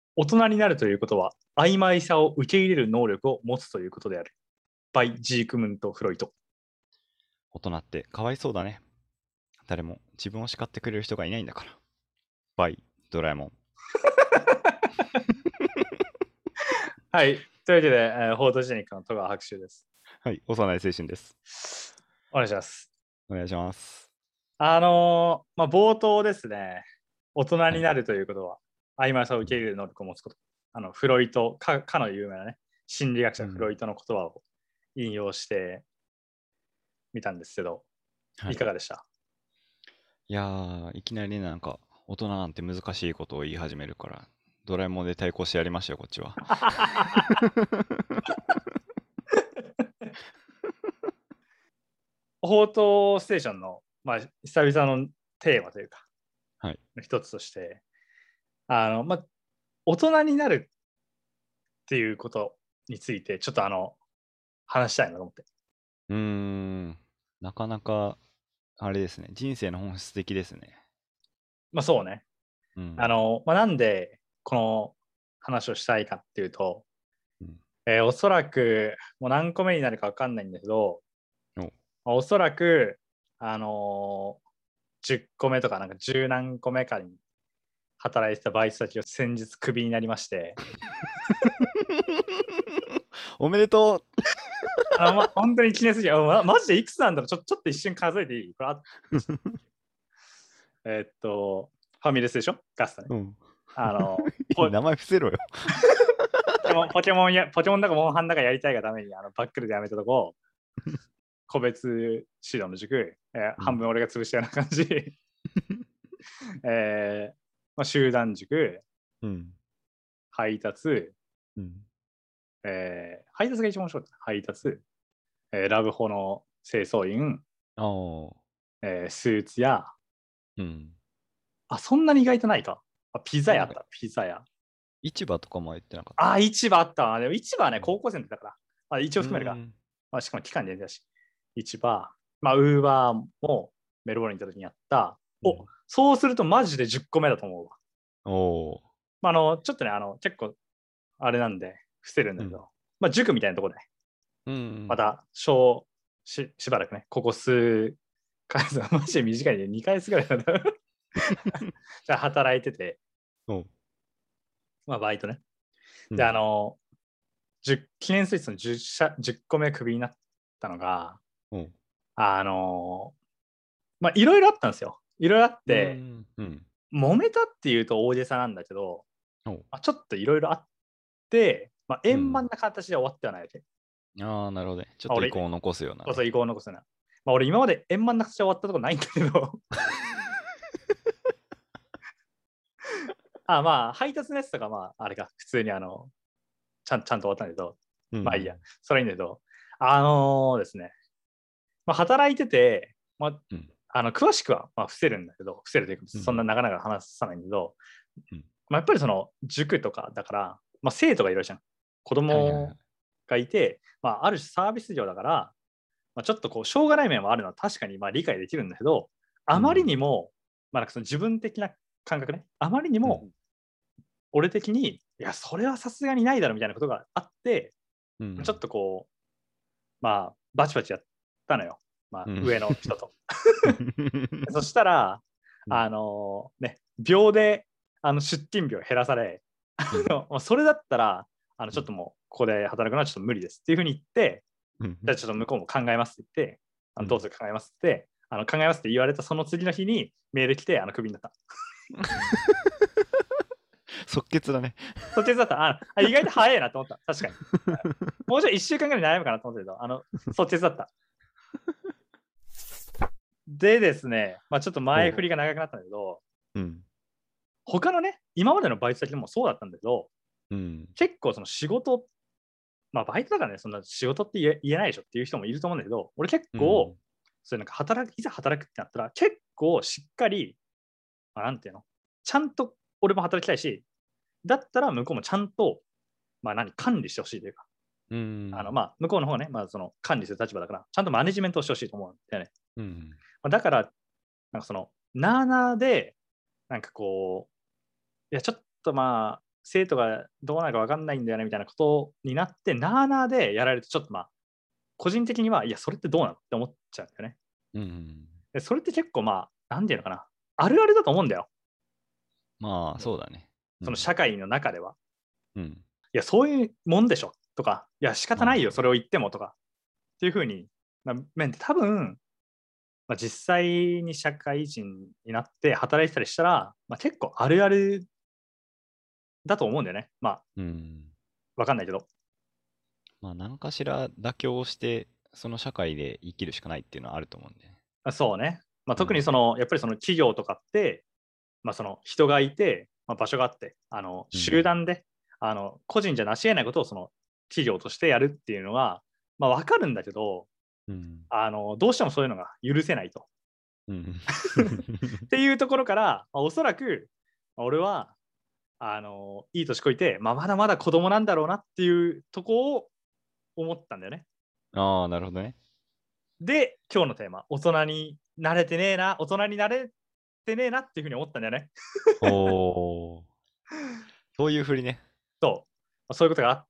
大人になるということは、曖昧さを受け入れる能力を持つということである。バイ・ジークムント・フロイト。 大人ってかわいそうだね。誰も自分を叱ってくれる人がいないんだから。バイ、ドラえもん。 はい。というわけで、フォートジェニックの戸川白秋です。 はい、幼い青春です。 お願いします。 お願いします。 冒頭ですね、大人はい。 になるということは、曖昧さを受け入れる能力を持つこと。フロイト、かの有名なね、心理学者フロうん。 イトの言葉を引用してみたんですけど、 はい。 いかがでした？ いやー、いきなりねなんか、大人なんて難しいことを言い始めるから、ドラえもんで対抗してやりましたよ、こっちは。 報道ステーションの、久々のテーマというか、 はい。 一つとして、大人になるっていうことについて、ちょっと話したいなと思って。 うーん、なかなか、あれですね、人生の本質的ですね。 そうね。 うん。 なんで、この話をしたいかっていうと、 うん。 おそらく、もう何個目になるか分かんないんだけど、 お、 おそらく、あの10個目とか、なんか10何個目かに働いてたバイト先を先日クビになりまして、 おめでとう。 本当に記念すぎて、マジでいくつなんだろう、ちょっと一瞬数えていい？これファミレスでしょ？ガストね。 うん。 あの、ポ名前伏せろよ。 ポケモンだかモンハンだかやりたいがためにバックルでやめたとこ、個別指導の塾、 うん。 半分俺が潰したような感じ、集団塾、 うん。 配達、 うん。 配達が一番面白かった。配達、ラブホの清掃員、 ああ。 スーツ屋、 うん。 そんなに意外とないか。ピザなんか、 屋あった、ピザ屋。 市場とかも言ってなかった。 市場あったわ。でも市場はね、 うん。 高校生の時だから。一応うー含めるか。 ん。 しかも期間限定だし。市場、ウーバーもメルボルンに行った時にやった。 うん。 そうするとマジで10個目だと思うわ。 おお。 ちょっとね、結構、あれなんで、伏せるんだうん。 けど、塾みたいなところで、 うん。 また、しばらくね、ここ数回数、マジで短いね、2ヶ月ぐらいなんだ。じゃあ働いてて、 おう。 バイトね。で、 うん。 記念すべきその10個目クビになったのが、 おう。 あの、いろいろあったんですよ。いろいろあっうーて、 ん。うん。 揉めたっていうと大げさなんだけど、 おう。 ちょっといろいろあって、円満うん。 な形で終わってはないわけ。 ああ、なるほどね。ちょっと遺俺、 恨を残すようなね。 こそ意向を残すな。俺今まで円満な形で終わったとこないんだけど、配達のやつとかあれか、普通にちゃんと終わったんだけど、いいや、 うん。 それはいいんだけど、ですね、働いてて、 うん。 詳しくは、伏せるんだけど、伏せるというか、 うん。 そんななかなか話さないんだけど、 うん。 やっぱりその塾とかだから、生徒がいるじゃん。子供はいはいはい。 がいて、ある種サービス業だから、ちょっとこう、しょうがない面はあるのは確かに理解できるんだけど、あまりうん。 にも、なんかその自分的な感覚ね、あまりにもうん。 俺的に、いや、それはさすがにないだろみたいなことがあって、ちょっうん。 とこう、バチバチやったのよ。 うん。 上の人と。そしたら、 うん。 秒で出勤日を減らされ、 うん。 それだったら、 うん。 ちょっともう、ここで働くのはちょっと無理ですっていうふうに言って、 うん。 じゃあちょっと向こうも考えますって言って、 うん。 どうぞ考えますって、考えますって言われたその次の日にメール来て、クビになった。 即決だね。 そっちだった。意外と早いなと思った。確かに。もうちょい1週間ぐらい悩むかなと思ったけど、そっちだった。でですね、ちょっと前おう。 振りが長くなったんだけど、 うん。 他のね、今までのバイト先でもそうだったんだけど、 うん。 結構その仕事、バイトだからね、そんな仕事って言えないでしょっていう人もいると思うんだけど、俺結構、 うん。 そういうなんかいざ働くってなったら、結構しっかり、なんていうの、ちゃんと俺も働きたいし、だったら向こうもちゃんと、管理してほしいというか、 うん。 向こうの方がね、その管理する立場だから、ちゃんとマネジメントをしてほしいと思うんだよね。 うん。 だから、なんかその、なあなあで、なんかこう、いや、ちょっと生徒がどうなるか分かんないんだよねみたいなことになって、なあなあでやられると、ちょっとまあ、個人的には、いや、それってどうなのって思っちゃうんだよね。 うん。 でそれって結構まあ、なんていうのかな。あるあるだと思うんだよ。 まあ、そうだね。 その社会の中では。 うん。 いや、そういうもんでしょとか、いや、仕方ないよ、 あそれを言ってもとか、っていうふうに、面って多分、実際に社会人になって働いてたりしたら、結構あるあるだと思うんだよね。 うん。 わかんないけど。 まあ、何かしら妥協して、その社会で生きるしかないっていうのはあると思うんでね。 そうね。特にうん。 やっぱりその企業とかって、その人がいて、場所があって、 うん。 集団で、個人じゃ成し得ないことをその企業としてやるっていうのは、わかるんだけど、 うん。 どうしてもそういうのが許せないと。 うん。 っていうところから、おそらく、俺は、いい年こいて、まだまだ子供なんだろうなっていうとこを思ったんだよね。 ああ、なるほどね。 で、今日のテーマ、大人になれてねえな、大人になれてねえなっていうふうに思ったんだよね。 おー。そういうふりね。 そう。そういうことがあって、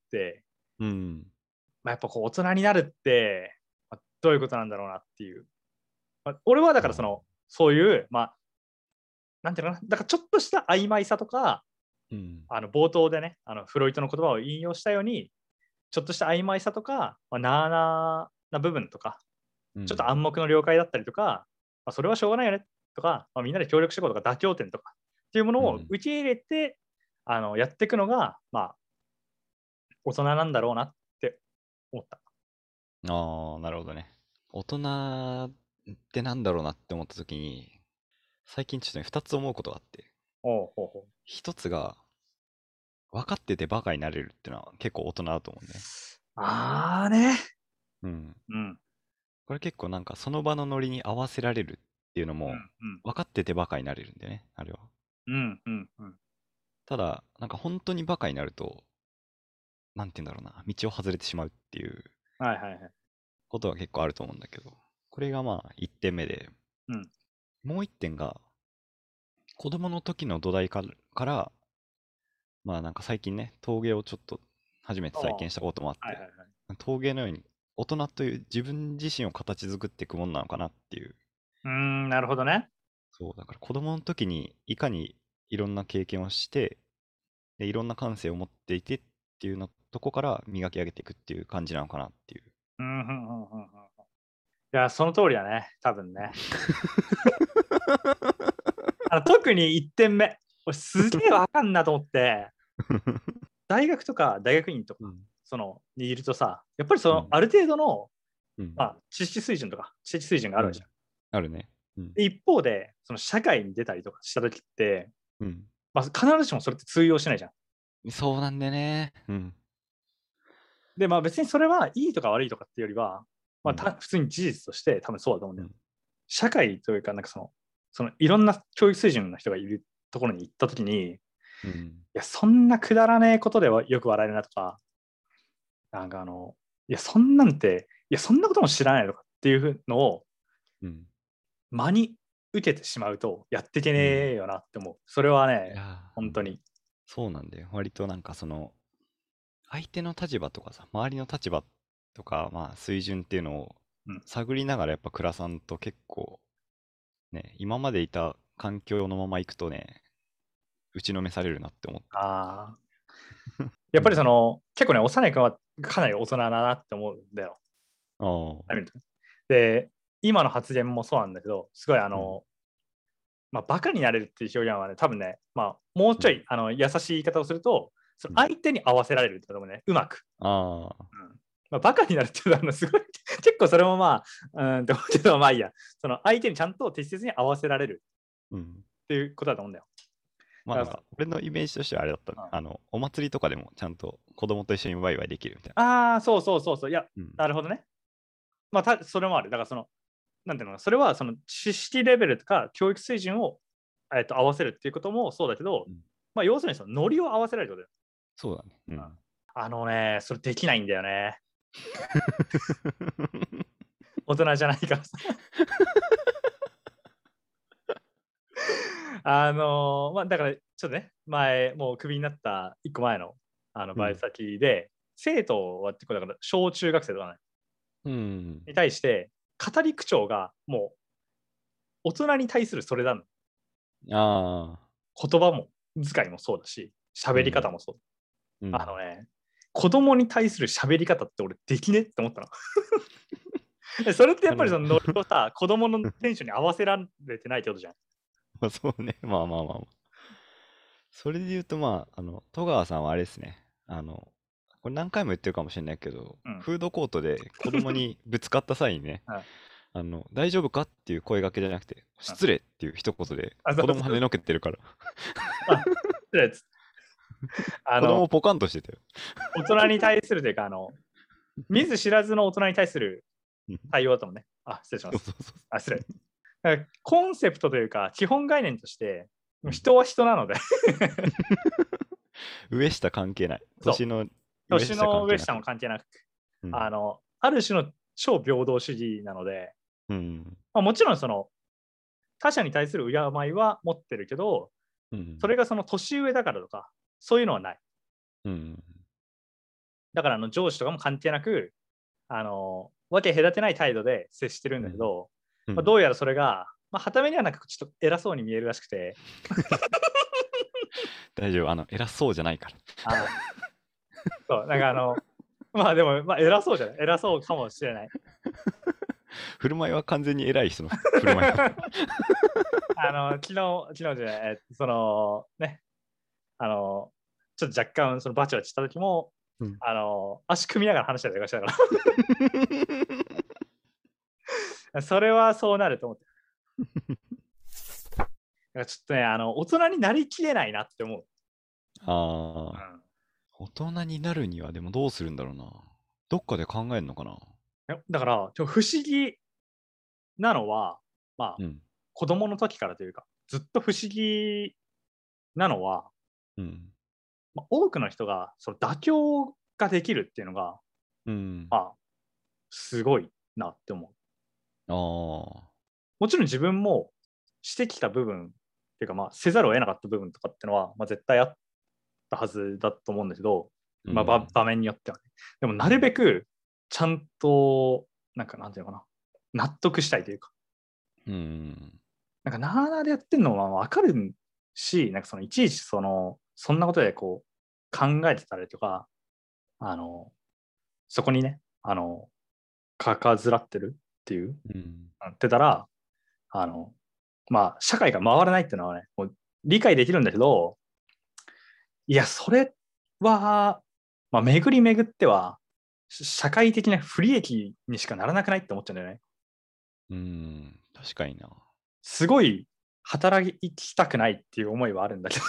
うん。 やっぱこう大人になるって、どういうことなんだろうなっていう。俺はだからあーそういう、なんていうのかな、だからちょっとした曖昧さとか、 うん。 冒頭でね、フロイトの言葉を引用したように、ちょっとした曖昧さとか、なあなあな部分とか、ちょっとうん。 暗黙の了解だったりとか、それはしょうがないよねとか、みんなで協力していこうとか、妥協点とかっていうものうん。 を受け入れて、やっていくのが、大人なんだろうなって思った。 ああ、なるほどね。大人ってなんだろうなって思った時に、最近ちょっとね、二つ思うことがあって。 おうほうほう。 一つが、分かっててバカになれるってのは結構大人だと思うんだよね。 あーね。 うん。 うん。 これ結構なんかその場のノリに合わせられるっていうのうんも、 うん。 分かっててバカになれるんだよね、あれは。 うんうんうん。 ただ、なんか本当にバカになると、なんて言うんだろうな、道を外れてしまうっていうはいはいはい。 ことは結構あると思うんだけど、これがまあ1点目で、 うん。 もう1点が、子供の時の土台からまあなんか最近ね、陶芸をちょっと初めて体おう験したこともあって、 はいはいはい。 陶芸のように大人という自分自身を形作っていくものなのかなっていう。 なるほどね。 そう、だから子供の時にいかにいろんな経験をして、で、いろんな感性を持っていてっていうのとこから磨き上げていくっていう感じなのかなっていう。 うん、ふんふんふんふん。いや、その通りだね、多分ね。特に1点目、俺すげえわかんなと思って、大学とか大学院とか、 うん。 にいるとさ、やっぱりうん。 ある程度の、 うん。 知識水準とか、知識水準があうん。 るわけじゃん。 あるね。うん。 で、一方で、社会に出たりとかした時って、 うん。 必ずしもそれって通用しないじゃん。 そうなんだよね。うん。 で、別にそれはいいとか悪いとかっていうよりは、 うん。 普通に事実として多分そうだと思うんだよ。 うん。 社会というか、なんかいろんな教育水準の人がいるところに行った時に、いうん。 や、そんなくだらねえことではよく笑えるなとか、なんかいや、そんなんて、いや、そんなことも知らないのかっていうのをうん。 真に受けてしまうと、やっていけねうん。 えよなって思う。それはね、 いやー、うん。 本当に。 そうなんだよ。割となんかその、相手の立場とかさ、周りの立場とか、まあ水準っていうのをうん。 探りながらやっぱ暮らさんと結構ね、今までいた環境のまま行くとね、打ちのめされるなって思った。 ああ。やっぱりうん。 結構ね、幼い君はかなり大人だなって思うんだよ。 ああ。 で、今の発言もそうなんだけど、すごいうん。 バカになれるっていう表現はね、多分ね、もううん。 ちょい優しい言い方をすると、 うん。 相手に合わせられるってこともね、うまく。 ああ。 うんバカになるっていうのはすごい、結構それもって思うけど、まあいいや。相手にちゃんと適切に合わせられるうん。 っていうことだと思うんだよ。 まあなんだからか俺のイメージとしてはあれだったね。お祭りとかでもちゃんと子供と一緒にワイワイできるみたいそうそうそうそう。いや、 な。うん。 なるほどね。それもある。だからなんていうのかな、それは知識レベルとか教育水準を、合わせるっていうこともそうだけど、 うん。 要するにノリを合わせられるってことそうだね。うだよ。 ん。 それできないんだよね。大人じゃないからさ。だからちょっとね、 前、もうクビになった1個前のバイト先で、生徒はってこだから小中学生とかね、 うん。 に対して、語り口調がもう大人に対するそれなの。 ああ。 言葉も、遣いもそうだし、喋り方もそう。 うん。 子供に対する喋り方って俺できねって思ったの。それってやっぱりそのノリをさ、子供のテンションに合わせられてないってことじゃん。 まあそうね。まあまあまあまあ。それで言うと、まあ、戸川さんはあれですね。これ何回も言ってるかもしれないけど、 うんフードコートで子供にぶつかった際にね、 はい大丈夫かっていう声掛けじゃなくて、失礼っていう一言であ、 子供跳ねのけてるから、 あ失礼です子供ポカンとしてたよ。 大人に対するというか、見ず知らずの大人に対する対応だと思うね。あ、失礼します。 そうそうそう。 あ、失礼。だからコンセプトというか、基本概念として、人は人なので、 上下関係ない。 そう年の年の上関係なく。 下も関係なく、 うんある種の超平等主義なので、 うんもちろんその他者に対する敬いは持ってるけど、 うんそれがその年上だからとか、そういうのはない。 うんだから上司とかも関係なく、わけ隔てない態度で接してるんだけど、 うんどうやらそれが、はためにはなんかちょっと偉そうに見えるらしくて、 大丈夫。偉そうじゃないから。 あそう、なんかまあでも、偉そうじゃない偉そうかもしれない。 振る舞いは完全に偉い人の振る舞いだ。 昨日じゃない、その、ね、ちょっと若干、そのバチバチした時も、 うん足組みながら話したりとかしたから、それはそうなると思って。ちょっとね、大人になりきれないなって思う。 ああ、大人になるにはでもどうするんだろうな。どっかで考えるのかな。 だから、不思議なのは、 うん。 子供の時からというか、ずっと不思議なのは、 うん。 多くの人がその妥協ができるっていうのが、 うん。 すごいなって思う。 ああ。 もちろん自分もしてきた部分っていうか、せざるを得なかった部分とかっていうのは、絶対あったはずだと思うんだけど、場面によってはね。でもなるべくちゃんと、なんていうのかな、納得したいというか、なあなあでやってんのはわかるし、いちいちそんなことでこう考えてたりとか、そこにね、かかずらってるっていう、ってたら、社会が回らないっていうのはね、もう理解できるんだけど、いや、それは、巡り巡っては、社会的な不利益にしかならなくないって思っちゃうんだよね。 確かにな。 すごい働きたくないっていう思いはあるんだけど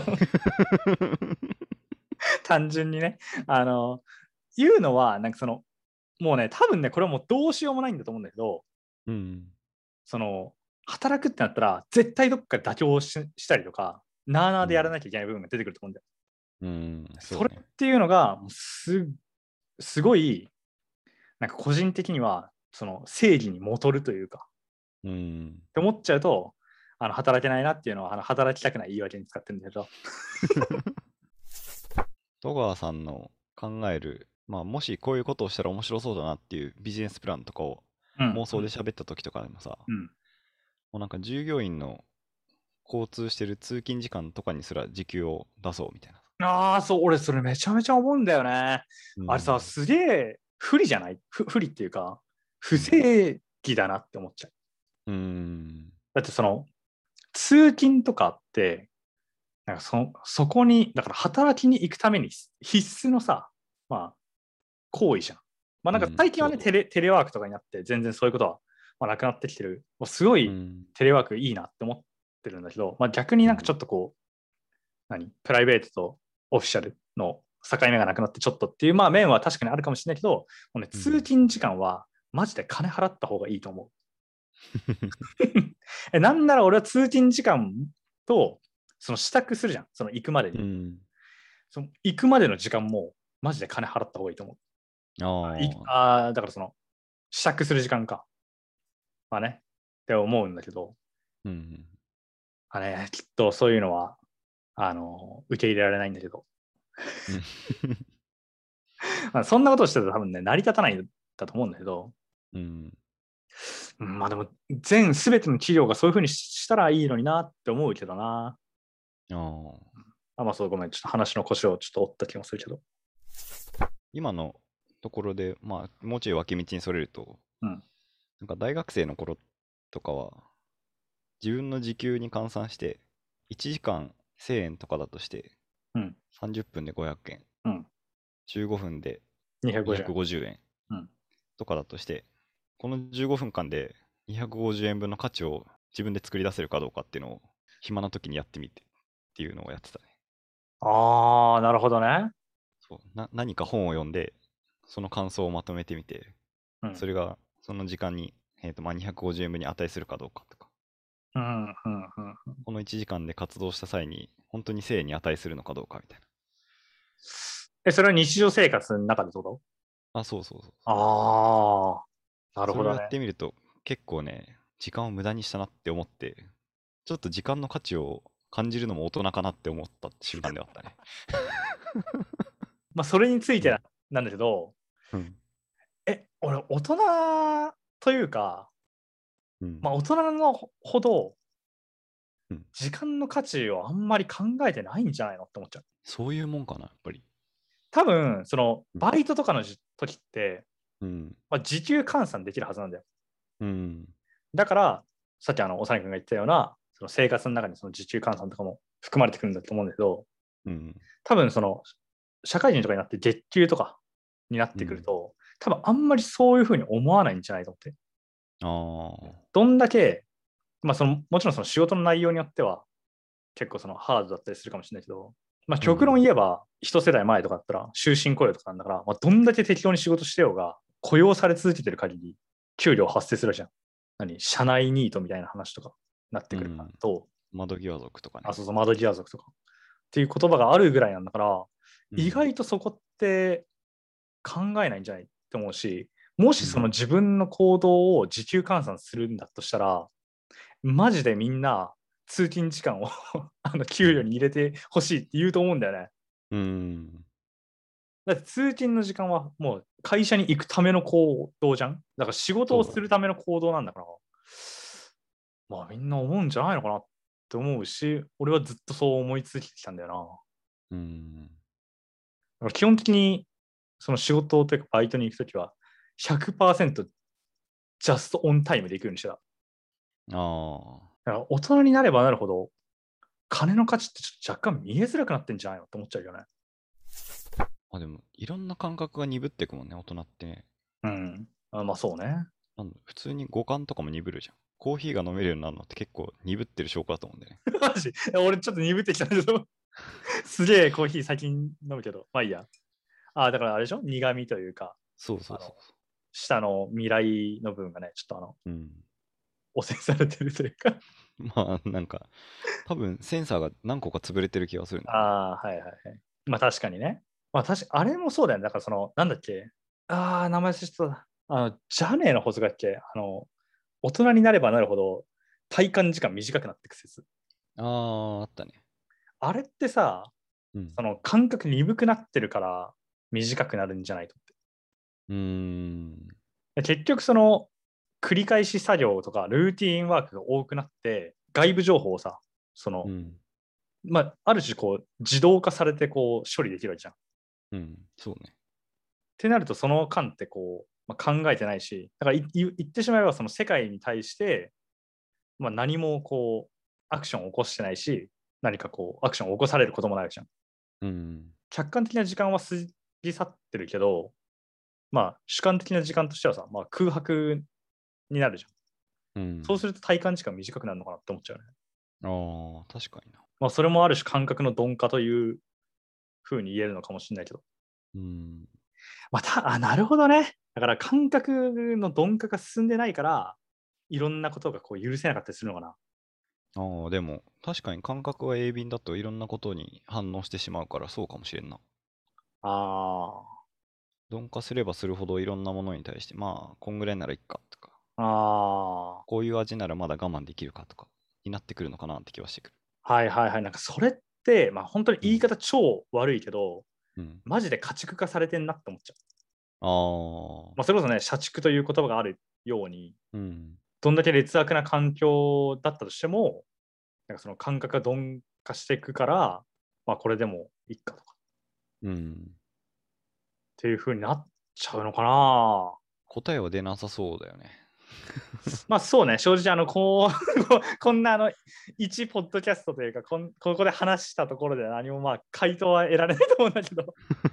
単純にね、言うのは、もうね、多分ね、これはもうどうしようもないんだと思うんだけど、働くってなったら、絶対どっか妥協したりとか、なあなあでやらなきゃいけない部分が出てくると思うんだよ。それっていうのが、すごい、個人的には、正義に戻るというか、って思っちゃうと、働けないなっていうのは、働きたくない言い訳に使ってるんだけど。 戸川さんの考える、もしこういうことをしたら面白そうだなっていうビジネスプランとかを妄想で喋った時とかでもさ、もうなんか従業員の交通してる通勤時間とかにすら時給を出そうみたいな。 そう、俺それめちゃめちゃ思うんだよね。あれさ、すげえ不利じゃない不利っていうか、不正義だなって思っちゃう。だって通勤とかって、そこに、だから働きに行くために必須のさ、行為じゃん。最近はね、テレワークとかになって、全然そういうことは、なくなってきてる。すごいテレワークいいなって思ってるんだけど、逆にちょっとこう、プライベートとオフィシャルの境目がなくなってちょっとっていう、面は確かにあるかもしれないけど、もうね、通勤時間はマジで金払った方がいいと思う。なんなら俺は通勤時間と、支度するじゃん。行くまでに。行くまでの時間もマジで金払った方がいいと思う。だから支度する時間か。って思うんだけど、きっとそういうのは、 受け入れられないんだけど。まあそんなことしてたら多分ね、成り立たないんだと思うんだけど、まあでも、全ての企業がそういうふうにしたらいいのになって思うけどな。まあそう、ごめん、ちょっと話の腰をちょっと折った気もするけど。 今のところで、まあ、もうちょい脇道にそれると、なんか大学生の頃とかは、自分の時給に換算して、1時間1000円とかだとして、30分で500円、15分で250円とかだとして、この15分間で250円分の価値を自分で作り出せるかどうかっていうのを、暇な時にやってみてっていうのをやってたね。 ああ、なるほどね。 何か本を読んで、その感想をまとめてみて、それがその時間に、まあ、250円分に値するかどうかとか、この1時間で活動した際に、本当に1000円に値するのかどうかみたいな。それは日常生活の中でどうだろう。そうそうそう。 ああ、なるほどね。 それをやってみると、結構ね、時間を無駄にしたなって思って、ちょっと時間の価値を感じるのも大人かなって思った瞬間であったね。 まあ、それについてなんだけど、俺、大人というか、まあ、大人のほど、時間の価値をあんまり考えてないんじゃないのって思っちゃう。 そういうもんかな、やっぱり。 多分、その、バイトとかの時って、まあ、時給換算できるはずなんだよ。だから、さっき幼い君が言ったような、その生活の中にその時給換算とかも含まれてくるんだと思うんだけど、多分その、社会人とかになって月給とかになってくると、多分あんまりそういうふうに思わないんじゃないと思って。どんだけ、まあもちろんその仕事の内容によっては結構そのハードだったりするかもしれないけど、まあ極論言えば一世代前とかだったら終身雇用とかなんだから、まあ、どんだけ適当に仕事してようが雇用され続けてる限り給料発生するじゃん。社内ニートみたいな話とかなってくるからと、 窓際族とかね。 そうそう、窓際族とかっていう言葉があるぐらいなんだから、意外とそこって考えないんじゃないって思うし、もしその自分の行動を時給換算するんだとしたら、マジでみんな通勤時間を給料に入れてほしいって言うと思うんだよね。だって通勤の時間はもう会社に行くための行動じゃん。だから仕事をするための行動なんだから、まあみんな思うんじゃないのかなって思うし、俺はずっとそう思い続けてきたんだよな。だから基本的にその仕事というかバイトに行くときは100%ジャストオンタイムで行くようにしてた。だから大人になればなるほど金の価値ってちょっと若干見えづらくなってんじゃないのって思っちゃうよね。 でもいろんな感覚が鈍っていくもんね、大人ってね。 まあそうね。 普通に五感とかも鈍るじゃん。コーヒーが飲めるようになるのって結構鈍ってる証拠だと思うんだよね。 マジ俺ちょっと鈍ってきたんだけどすげえコーヒー最近飲むけど、まあいいや。だからあれでしょ苦味というか、 そうそうそう。 下の未来の部分がね、ちょっと汚染されてるというかまあなんか、多分センサーが何個か潰れてる気がするんだよね。 はいはいはい。まあ確かにね。まあ確かあれもそうだよね。だからその、なんだっけ。名前忘れちゃった。ジャネーの法則だっけ。大人になればなるほど体感時間短くなっていく説。 あったね。 あれってさ、その感覚鈍くなってるから短くなるんじゃないと思って。結局その繰り返し作業とかルーティンワークが多くなって外部情報をさ、その、まあ、ある種こう自動化されてこう処理できるわけじゃん。 そうね。 ってなるとその間ってこう、まあ、考えてないし、だから言ってしまえばその世界に対して、まあ、何もこうアクションを起こしてないし、何かこうアクションを起こされることもないわけじゃん。客観的な時間は過ぎ去ってるけど、まあ主観的な時間としてはさ、まあ、空白になるじゃん。そうすると体感時間短くなるのかなって思っちゃうね。 確かにな。 まあそれもある種感覚の鈍化というふうに言えるのかもしれないけど。まあ、なるほどね。だから感覚の鈍化が進んでないから、いろんなことがこう許せなかったりするのかな。 でも確かに感覚は鋭敏だといろんなことに反応してしまうからそうかもしれんな。鈍化すればするほどいろんなものに対してまあこんぐらいならいっかとか、こういう味ならまだ我慢できるかとかになってくるのかなって気はしてくる。 はいはいはい。なんかそれって、まあ本当に言い方超悪いけど、 うん。 マジで家畜化されてんなって思っちゃう。 ああ。 まあそれこそね、社畜という言葉があるように、 うん。 どんだけ劣悪な環境だったとしても、なんかその感覚が鈍化していくから、まあこれでもいいかとかうん。 っていう風になっちゃうのかな。 答えは出なさそうだよね。 まあそうね、正直こんな一ポッドキャストというか、ここで話したところで何もまあ回答は得られないと思うんだけど。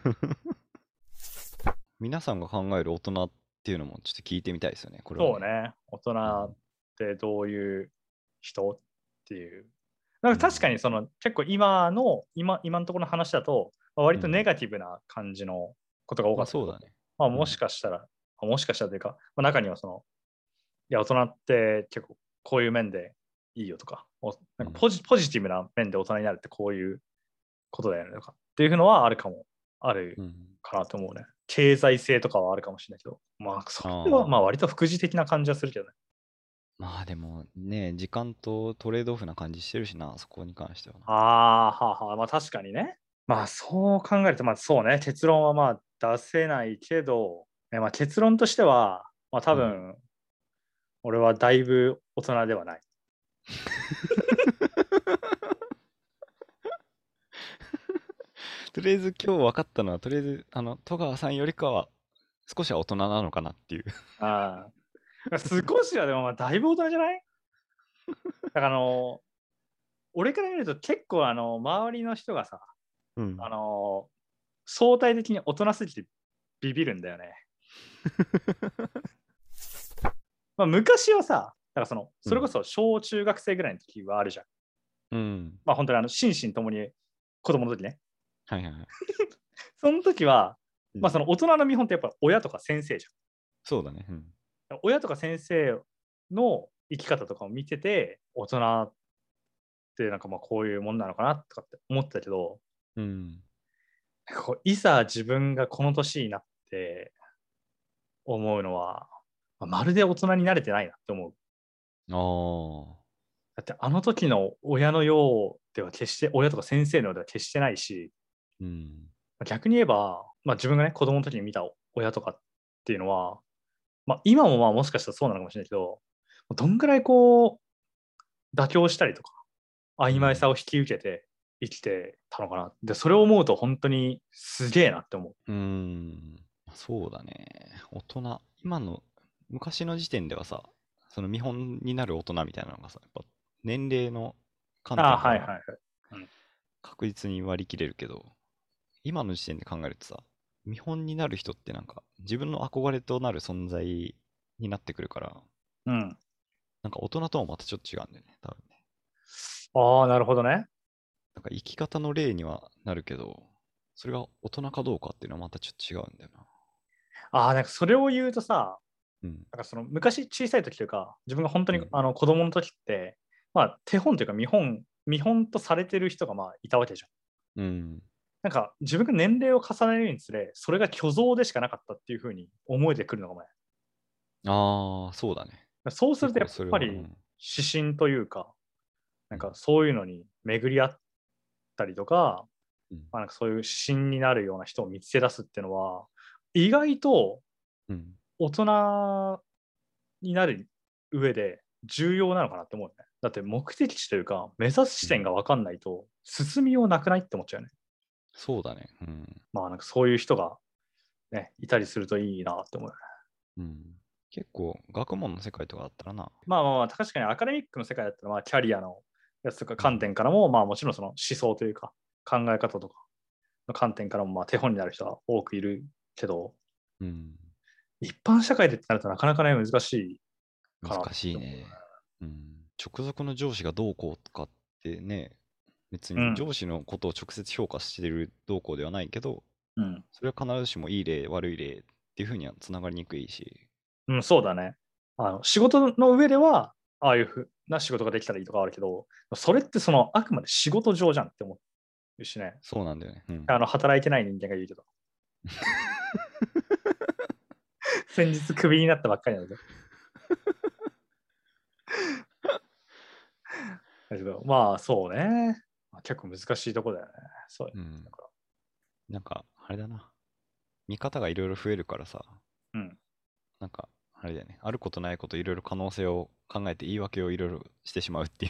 皆さんが考える大人っていうのもちょっと聞いてみたいですよね、これはね。 そうね、大人ってどういう人っていう。なんか確かにその結構今のところの話だと、まあ割とネガティブな感じのことが多かったけど、 まあそうだね。 まあもしかしたら、もしかしたらというか、まあ、中にはその、いや大人って結構こういう面でいいよとか、なんかポジティブな面で大人になるってこういうことだよねとかっていうのはあるかなと思うね。経済性とかはあるかもしれないけど、まあそれはまあ割と副次的な感じはするけどね。 まあでもね、時間とトレードオフな感じしてるしな、そこに関してはな。 ああ、はあはあ、まあ確かにね。まあそう考えると、まあそうね、結論はまあ出せないけど、まあ結論としては、まあ多分、俺はだいぶ大人ではない。 とりあえず今日分かったのは、とりあえず、戸川さんよりかは少しは大人なのかなっていう。 ああ。少しはでもまあだいぶ大人じゃない？だから俺から見ると結構周りの人がさ、 うん。 相対的に大人すぎてビビるんだよね。まあ昔はさ、だからそれこそ小中学生ぐらいの時はあるじゃん。 うん。 まあ本当に心身ともに子供の時ね。 はいはいはい。 その時は、 うん、 まあその大人の見本ってやっぱ親とか先生じそうだね。うん。 ゃん。親とか先生の生き方とかを見てて、大人ってなんかまあこういうもんなのかなとかって思ってたけど、 うん。 いざ自分がこの年になって思うのは、まるで大人に慣れてないなって思う。 ああ。 だってあの時の親のようでは決して、親とか先生のようでは決してないし、 うん。 逆に言えば、まあ自分がね、子供の時に見た親とかっていうのは、まあ今もまあもしかしたらそうなのかもしれないけど、どんぐらいこう、妥協したりとか、曖昧さを引き受けて生きてたのかな。で、それを思うと本当にすげえなって思う。 そうだね。大人。今の、昔の時点ではさ、その見本になる大人みたいなのがさ、やっぱ年齢の観ああ、 点からはいはいはい。うん。 確実に割り切れるけど、今の時点で考えるとさ、見本になる人ってなんか自分の憧れとなる存在になってくるから、 うん。 なんか大人ともまたちょっと違うんだよね、多分ね。 ああ、なるほどね。 なんか生き方の例にはなるけど、それが大人かどうかっていうのはまたちょっと違うんだよな。 ああ、なんかそれを言うとさ、 うん。 なんかその昔小さい時というか、自分が本当にうん。 子供の時って、まあ手本というか見本とされてる人がまあいたわけじゃん。 うん。 なんか自分が年齢を重ねるにつれ、それが虚像でしかなかったっていう風に思えてくるのが前。 ああ、そうだね。 そうするとやっ結構それは、うぱりん。 指針というか、なうん。 んかそういうのに巡り合ったりとか、 うん。 まあ、なんかそういう指針になるような人を見つけ出すっていうのは、意外とうん。 大人になる上で重要なのかなって思うね。だって目的地というか、目指す地点が分かんないと、進みようなくないって思っちゃうね。 そうだね。うん。 まあなんかそういう人がね、いたりするといいなって思うよね。 うん。結構、学問の世界とかだったらな。 まあまあまあ、確かにアカデミックの世界だったら、まあキャリアのやつとか観うん。 点からも、まあもちろんその思想というか、考え方とかの観点からも、まあ手本になる人は多くいるけど、 うん。 一般社会でってなるとなかなかね、難しいかなっ難しいて思うよね。 ね。うん。直属の上司がどうこうとかってね、別うん。 に上司のことを直接評価してるどうこうではないけど、 うん。 それは必ずしもいい例、悪い例っていうふうにはつながりにくいし。 うん、そうだね。仕事の上では、ああいうふうな仕事ができたらいいとかあるけど、それってあくまで仕事上じゃんって思うしね。 そうなんだよね。うん。 働いてない人間が言うけど。先日クビになったばっかりなので。だけど、まあそうね。 結構難しいとこだよね。そう。 なんか、あれだな。見方がいろいろ増えるからさ。なんか、あれだよね。あることないこといろいろ可能性を考えて言い訳をいろいろしてしまうっていう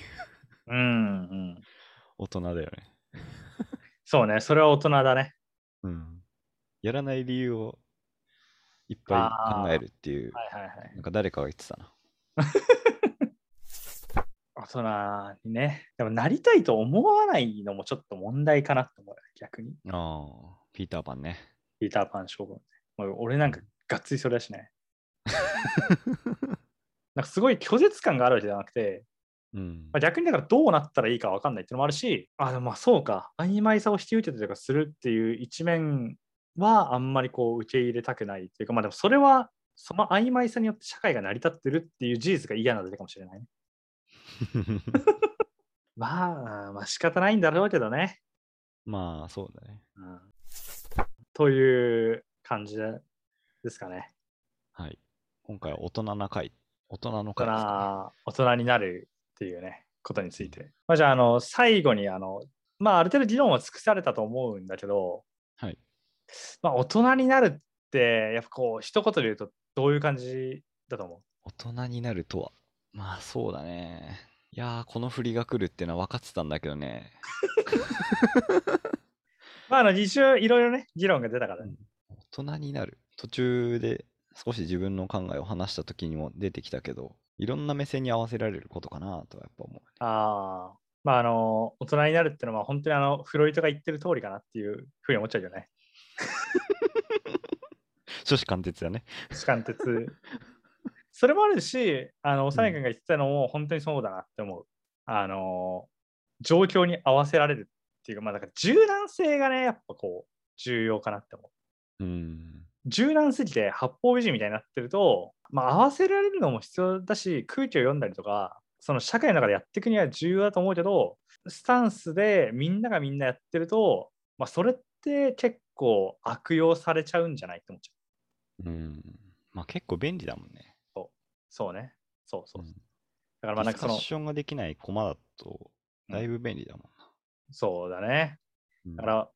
大人だよね。 そうね。それは大人だね。 やらない理由をいっぱい考えるっていう、なんか誰かが言ってたな。 大人にね。でもなりたいと思わないのもちょっと問題かなって思うよね、逆に。 ピーターパンね。 ピーターパン将軍。俺なんかがっつりそれだしね。なんかすごい拒絶感があるわけじゃなくて、逆にだからどうなったらいいか分かんないっていうのもあるし、でもそうか、曖昧さを引き受けたりとかするっていう一面はあんまりこう受け入れたくないっていうか、でもそれはその曖昧さによって社会が成り立ってるっていう事実が嫌なだけかもしれないね。まあ仕方ないんだろうけどね。 まあそうだね。 という感じですかね。 はい。今回は大人な回、大人の回ですかね。大人になるっていうね、ことについて。じゃあ、最後にある程度議論は尽くされたと思うんだけど、 はい。 大人になるって、やっぱこう、一言で言うとどういう感じだと思う？ 大人になるとは。まあそうだね。いやー、この振りが来るっていうのは分かってたんだけどね。 一応いろいろね、議論が出たからね。 大人になる。途中で少し自分の考えを話した時にも出てきたけど、いろんな目線に合わせられることかなとはやっぱ思う。 大人になるってのは本当にフロイトが言ってる通りかなっていうふうに思っちゃうよね。 初志貫徹だね。 初志貫徹。それもあるし、幼い君が言ってたのも本当にそうだなって思う。状況に合わせられるっていうか、だから柔軟性がね、やっぱこう、重要かなって思う。柔軟すぎて八方美人みたいになってると、合わせられるのも必要だし、空気を読んだりとか、その社会の中でやっていくには重要だと思うけど、スタンスでみんながみんなやってると、それって結構悪用されちゃうんじゃないって思っちゃう。 結構便利だもんね。 そうね。そう。 だからディスカッションができないコマだと、だいぶ便利だもんな。 そうだね。だから、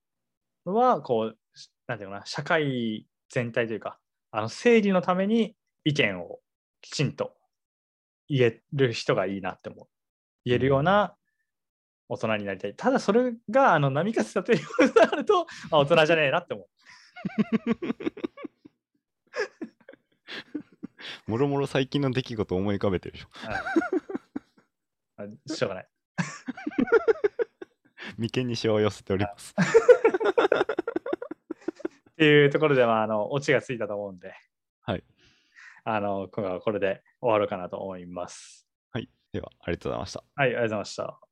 こう、なんていうかな、社会全体というか、正義のために意見をきちんと言える人がいいなって思う。言えるような大人になりたい。ただそれが波風立てるようになると、大人じゃねえなって思う。 もろもろ最近の出来事を思い浮かべてるでしょ。 しょうがない。 眉間にしわを寄せております。 っていうところでは、オチがついたと思うんで、 はい。 今回はこれで終わろうかなと思います。 はい。では、ありがとうございました。 はい、ありがとうございました。